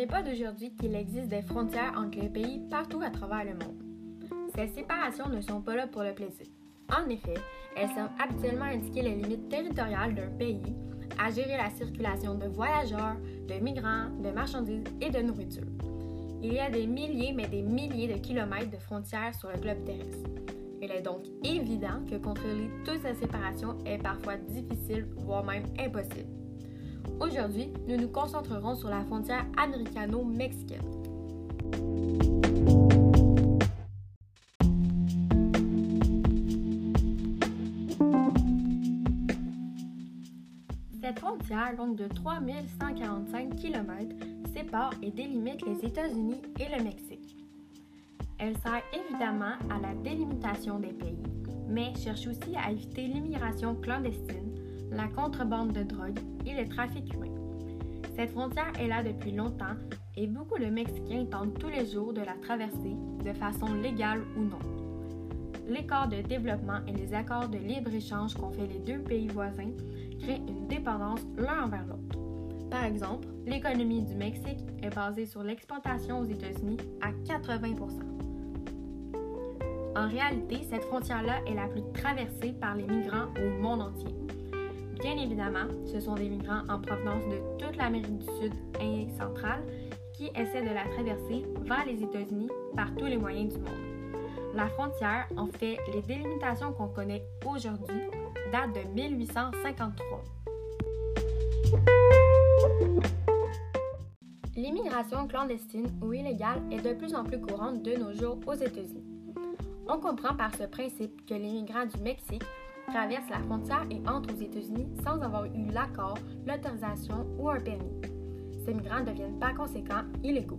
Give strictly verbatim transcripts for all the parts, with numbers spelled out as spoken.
n'est pas d'aujourd'hui qu'il existe des frontières entre les pays partout à travers le monde. Ces séparations ne sont pas là pour le plaisir. En effet, elles servent habituellement à indiquer les limites territoriales d'un pays, à gérer la circulation de voyageurs, de migrants, de marchandises et de nourriture. Il y a des milliers, mais des milliers de kilomètres de frontières sur le globe terrestre. Il est donc évident que contrôler toutes ces séparations est parfois difficile, voire même impossible. Aujourd'hui, nous nous concentrerons sur la frontière américano-mexicaine. Cette frontière, longue de trois mille cent quarante-cinq kilomètres, sépare et délimite les États-Unis et le Mexique. Elle sert évidemment à la délimitation des pays, mais cherche aussi à éviter l'immigration clandestine, la contrebande de drogue et le trafic humain. Cette frontière est là depuis longtemps et beaucoup de Mexicains tentent tous les jours de la traverser de façon légale ou non. L'écart de développement et les accords de libre-échange qu'ont fait les deux pays voisins créent une dépendance l'un envers l'autre. Par exemple, l'économie du Mexique est basée sur l'exportation aux États-Unis à quatre-vingts pour cent. En réalité, cette frontière-là est la plus traversée par les migrants au monde entier. Bien évidemment, ce sont des migrants en provenance de toute l'Amérique du Sud et centrale qui essaient de la traverser vers les États-Unis par tous les moyens du monde. La frontière, en fait, les délimitations qu'on connaît aujourd'hui, datent de mille huit cent cinquante-trois. L'immigration clandestine ou illégale est de plus en plus courante de nos jours aux États-Unis. On comprend par ce principe que les migrants du Mexique traversent la frontière et entrent aux États-Unis sans avoir eu l'accord, l'autorisation ou un permis. Ces migrants deviennent par conséquent illégaux.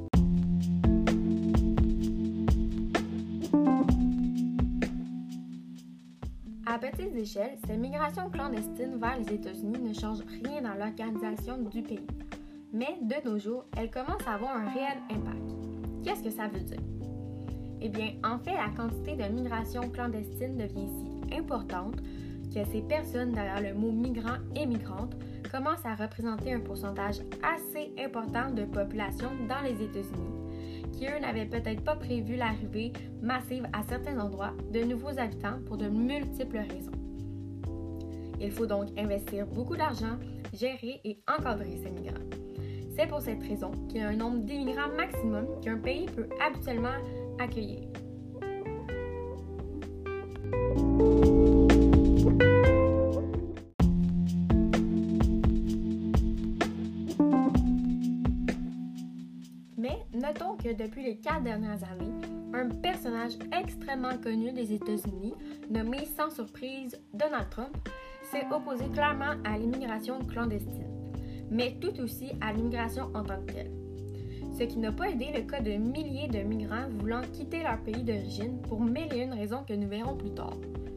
À petite échelle, ces migrations clandestines vers les États-Unis ne changent rien dans l'organisation du pays. Mais de nos jours, elles commencent à avoir un réel impact. Qu'est-ce que ça veut dire? Eh bien, en fait, la quantité de migration clandestine devient si importante que ces personnes derrière le mot migrant et migrante commencent à représenter un pourcentage assez important de population dans les États-Unis, qui eux n'avaient peut-être pas prévu l'arrivée massive à certains endroits de nouveaux habitants pour de multiples raisons. Il faut donc investir beaucoup d'argent, gérer et encadrer ces migrants. C'est pour cette raison qu'il y a un nombre d'immigrants maximum qu'un pays peut habituellement accueillir. Mais notons que depuis les quatre dernières années, un personnage extrêmement connu des États-Unis, nommé sans surprise Donald Trump, s'est opposé clairement à l'immigration clandestine, mais tout aussi à l'immigration en tant que telle. Ce qui n'a pas aidé le cas de milliers de migrants voulant quitter leur pays d'origine pour mille et une raisons que nous verrons plus tard.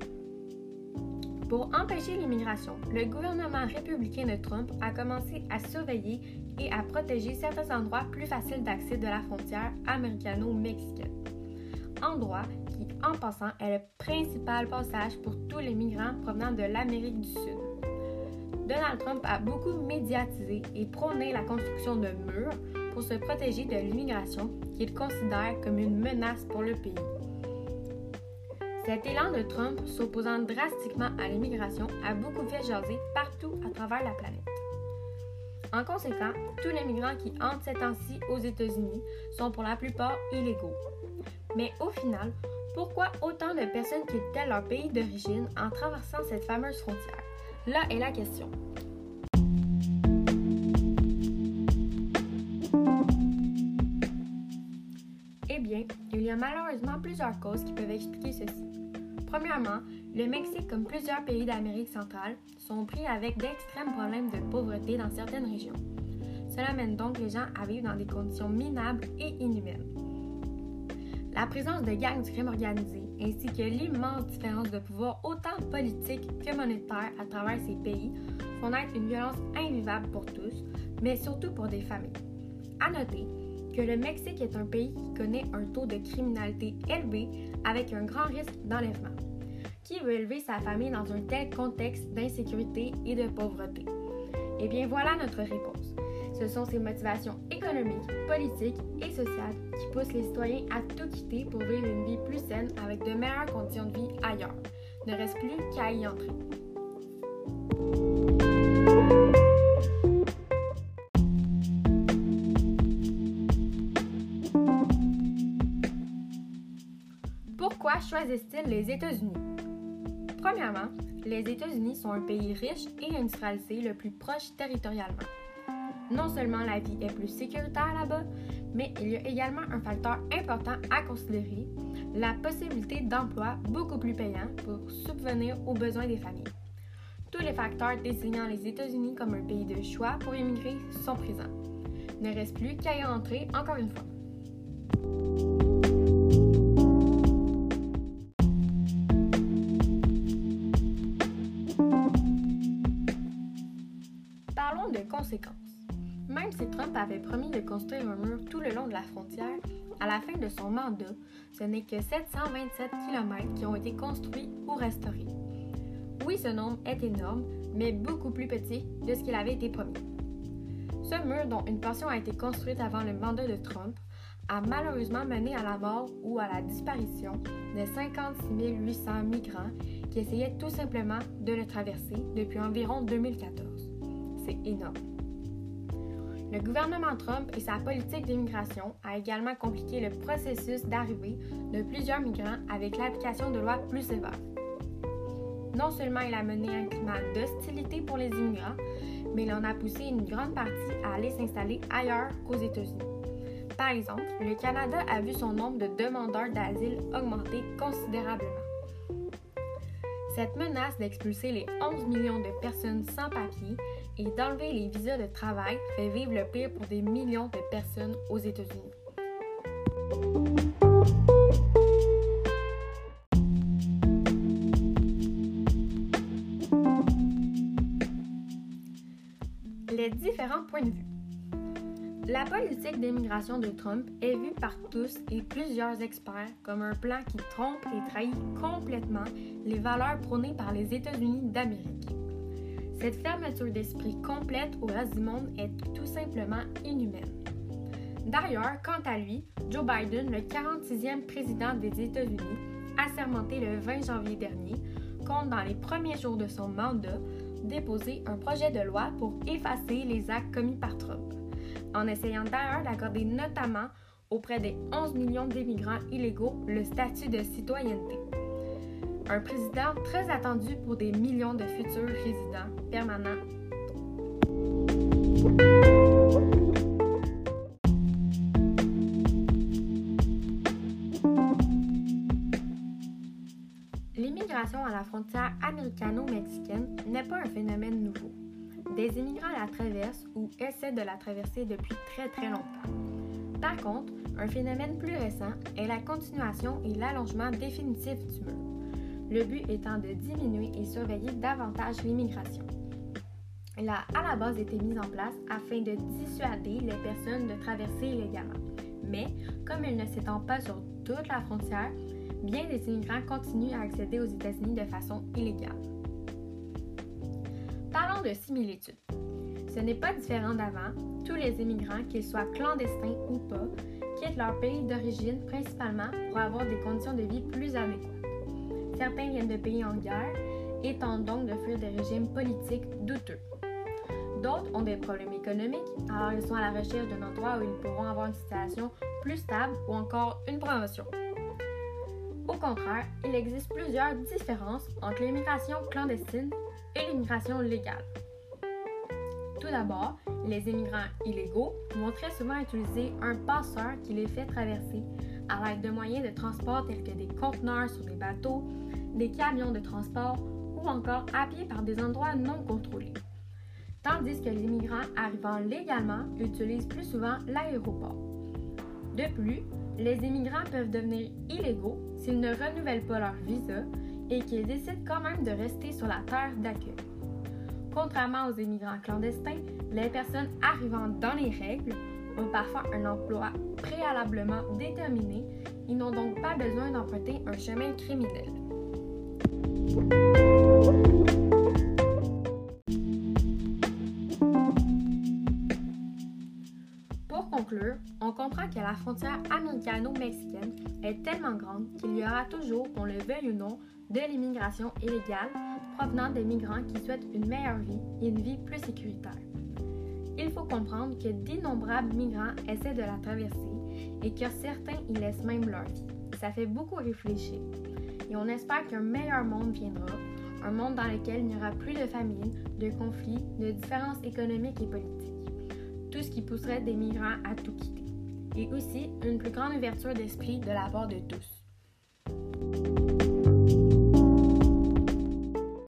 Pour empêcher l'immigration, le gouvernement républicain de Trump a commencé à surveiller et à protéger certains endroits plus faciles d'accès de la frontière américano-mexicaine. Endroit qui, en passant, est le principal passage pour tous les migrants provenant de l'Amérique du Sud. Donald Trump a beaucoup médiatisé et prôné la construction de murs pour se protéger de l'immigration qu'il considère comme une menace pour le pays. Cet élan de Trump, s'opposant drastiquement à l'immigration, a beaucoup fait jaser partout à travers la planète. En conséquence, tous les migrants qui entrent ces temps-ci aux États-Unis sont pour la plupart illégaux. Mais au final, pourquoi autant de personnes quittent-elles leur pays d'origine en traversant cette fameuse frontière? Là est la question. Eh bien, il y a malheureusement plusieurs causes qui peuvent expliquer ceci. Premièrement, le Mexique, comme plusieurs pays d'Amérique centrale, sont pris avec d'extrêmes problèmes de pauvreté dans certaines régions. Cela mène donc les gens à vivre dans des conditions minables et inhumaines. La présence de gangs du crime organisé, ainsi que l'immense différence de pouvoir autant politique que monétaire à travers ces pays, font naître une violence invivable pour tous, mais surtout pour des familles. À noter que le Mexique est un pays qui connaît un taux de criminalité élevé avec un grand risque d'enlèvement. Qui veut élever sa famille dans un tel contexte d'insécurité et de pauvreté? Eh bien, voilà notre réponse. Ce Ce sont ces motivations économiques, politiques et sociales qui poussent les citoyens à tout quitter pour vivre une vie plus saine avec de meilleures conditions de vie ailleurs. Ne reste plus qu'à y entrer. Pourquoi choisissent-ils les États-Unis? Premièrement, les États-Unis sont un pays riche et industrialisé le plus proche territorialement. Non seulement la vie est plus sécuritaire là-bas, mais il y a également un facteur important à considérer, la possibilité d'emploi beaucoup plus payant pour subvenir aux besoins des familles. Tous les facteurs désignant les États-Unis comme un pays de choix pour immigrer sont présents. Ne reste plus qu'à y entrer encore une fois. Parlons de conséquences. Même si Trump avait promis de construire un mur tout le long de la frontière, à la fin de son mandat, ce n'est que sept cent vingt-sept kilomètres qui ont été construits ou restaurés. Oui, ce nombre est énorme, mais beaucoup plus petit de ce qu'il avait été promis. Ce mur, dont une portion a été construite avant le mandat de Trump, a malheureusement mené à la mort ou à la disparition de cinquante-six mille huit cents migrants qui essayaient tout simplement de le traverser depuis environ deux mille quatorze. C'est énorme. Le gouvernement Trump et sa politique d'immigration a également compliqué le processus d'arrivée de plusieurs migrants avec l'application de lois plus sévères. Non seulement il a mené un climat d'hostilité pour les immigrants, mais il en a poussé une grande partie à aller s'installer ailleurs qu'aux États-Unis. Par exemple, le Canada a vu son nombre de demandeurs d'asile augmenter considérablement. Cette menace d'expulser les onze millions de personnes sans papier et d'enlever les visas de travail fait vivre le pire pour des millions de personnes aux États-Unis. Les différents points de vue. La politique d'immigration de Trump est vue par tous et plusieurs experts comme un plan qui trompe et trahit complètement les valeurs prônées par les États-Unis d'Amérique. Cette fermeture d'esprit complète au reste du monde est tout simplement inhumaine. D'ailleurs, quant à lui, Joe Biden, le quarante-sixième président des États-Unis, assermenté le vingt janvier dernier, compte dans les premiers jours de son mandat déposer un projet de loi pour effacer les actes commis par Trump, en essayant d'ailleurs d'accorder notamment auprès des onze millions d'immigrants illégaux le statut de citoyenneté. Un président très attendu pour des millions de futurs résidents permanents. L'immigration à la frontière américano-mexicaine n'est pas un phénomène nouveau. Des immigrants la traversent ou essaient de la traverser depuis très très longtemps. Par contre, un phénomène plus récent est la continuation et l'allongement définitif du mur, le but étant de diminuer et surveiller davantage l'immigration. Elle a à la base été mise en place afin de dissuader les personnes de traverser illégalement. Mais, comme elle ne s'étend pas sur toute la frontière, bien des immigrants continuent à accéder aux États-Unis de façon illégale. Parlons de similitudes. Ce n'est pas différent d'avant, tous les immigrants, qu'ils soient clandestins ou pas, quittent leur pays d'origine principalement pour avoir des conditions de vie plus adéquates. Certains viennent de pays en guerre et tentent donc de fuir des régimes politiques douteux. D'autres ont des problèmes économiques, alors ils sont à la recherche d'un endroit où ils pourront avoir une situation plus stable ou encore une promotion. Au contraire, il existe plusieurs différences entre l'immigration clandestine et l'immigration légale. Tout d'abord, les immigrants illégaux vont très souvent utiliser un passeur qui les fait traverser à l'aide de moyens de transport tels que des conteneurs sur des bateaux, des camions de transport ou encore à pied par des endroits non contrôlés. Tandis que les migrants arrivant légalement utilisent plus souvent l'aéroport. De plus, les immigrants peuvent devenir illégaux s'ils ne renouvellent pas leur visa et qu'ils décident quand même de rester sur la terre d'accueil. Contrairement aux immigrants clandestins, les personnes arrivant dans les règles ont parfois un emploi préalablement déterminé. Ils n'ont donc pas besoin d'emprunter un chemin criminel. la frontière américano-mexicaine est tellement grande qu'il y aura toujours, qu'on le veuille ou non, de l'immigration illégale provenant des migrants qui souhaitent une meilleure vie et une vie plus sécuritaire. Il faut comprendre que d'innombrables migrants essaient de la traverser et que certains y laissent même leur vie. Ça fait beaucoup réfléchir et on espère qu'un meilleur monde viendra, un monde dans lequel il n'y aura plus de famine, de conflits, de différences économiques et politiques, tout ce qui pousserait des migrants à tout quitter, et aussi une plus grande ouverture d'esprit de la part de tous.